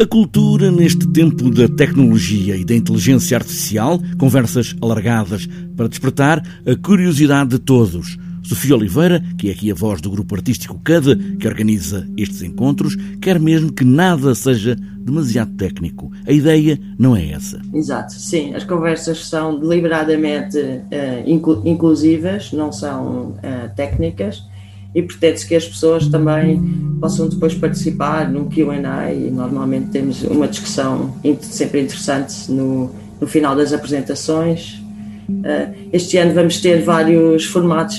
A cultura neste tempo da tecnologia e da inteligência artificial, conversas alargadas para despertar a curiosidade de todos. Sofia Oliveira, que é aqui a voz do grupo artístico CADE, que organiza estes encontros, quer mesmo que nada seja demasiado técnico. A ideia não é essa. Exato, sim. As conversas são deliberadamente inclusivas, não são técnicas, e pretende-se que as pessoas também possam depois participar num Q&A, e normalmente temos uma discussão sempre interessante no final das apresentações. Este ano vamos ter vários formatos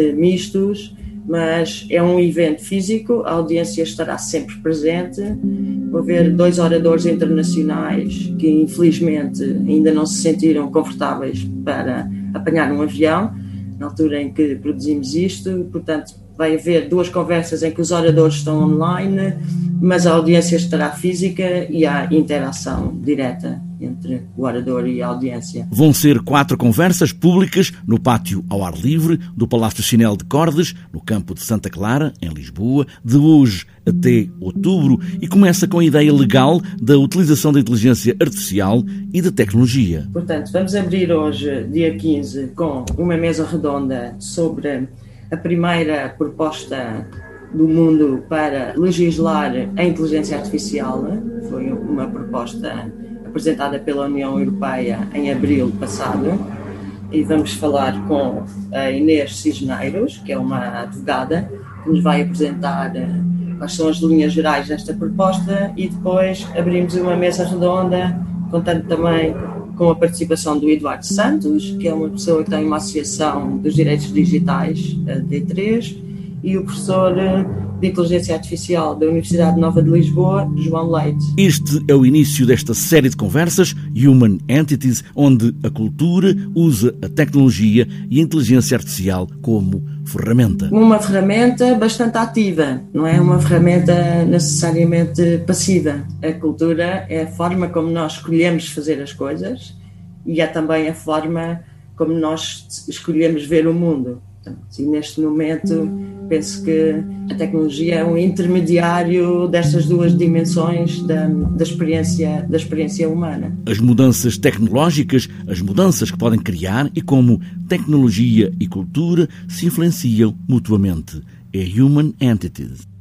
mistos, mas é um evento físico, a audiência estará sempre presente. Vou ver 2 oradores internacionais que infelizmente ainda não se sentiram confortáveis para apanhar um avião na altura em que produzimos isto, portanto vai haver 2 conversas em que os oradores estão online, mas a audiência estará física e há interação direta entre o orador e a audiência. Vão ser 4 conversas públicas no pátio ao ar livre do Palácio Chinel de Cordes, no campo de Santa Clara, em Lisboa, de hoje até outubro, e começa com a ideia legal da utilização da inteligência artificial e da tecnologia. Portanto, vamos abrir hoje, dia 15, com uma mesa redonda sobre a primeira proposta do mundo para legislar a inteligência artificial. Foi uma proposta apresentada pela União Europeia em abril passado, e vamos falar com a Inês Cisneiros, que é uma advogada, que nos vai apresentar quais são as linhas gerais desta proposta, e depois abrimos uma mesa redonda, contando também com a participação do Eduardo Santos, que é uma pessoa que tem uma associação dos direitos digitais, a D3, e o professor de Inteligência Artificial da Universidade Nova de Lisboa, João Leite. Este é o início desta série de conversas, Human Entities, onde a cultura usa a tecnologia e a inteligência artificial como ferramenta. Uma ferramenta bastante ativa, não é uma ferramenta necessariamente passiva. A cultura é a forma como nós escolhemos fazer as coisas e é também a forma como nós escolhemos ver o mundo. E neste momento penso que a tecnologia é um intermediário destas 2 dimensões da experiência humana. As mudanças tecnológicas, as mudanças que podem criar e como tecnologia e cultura se influenciam mutuamente. É Human Entities.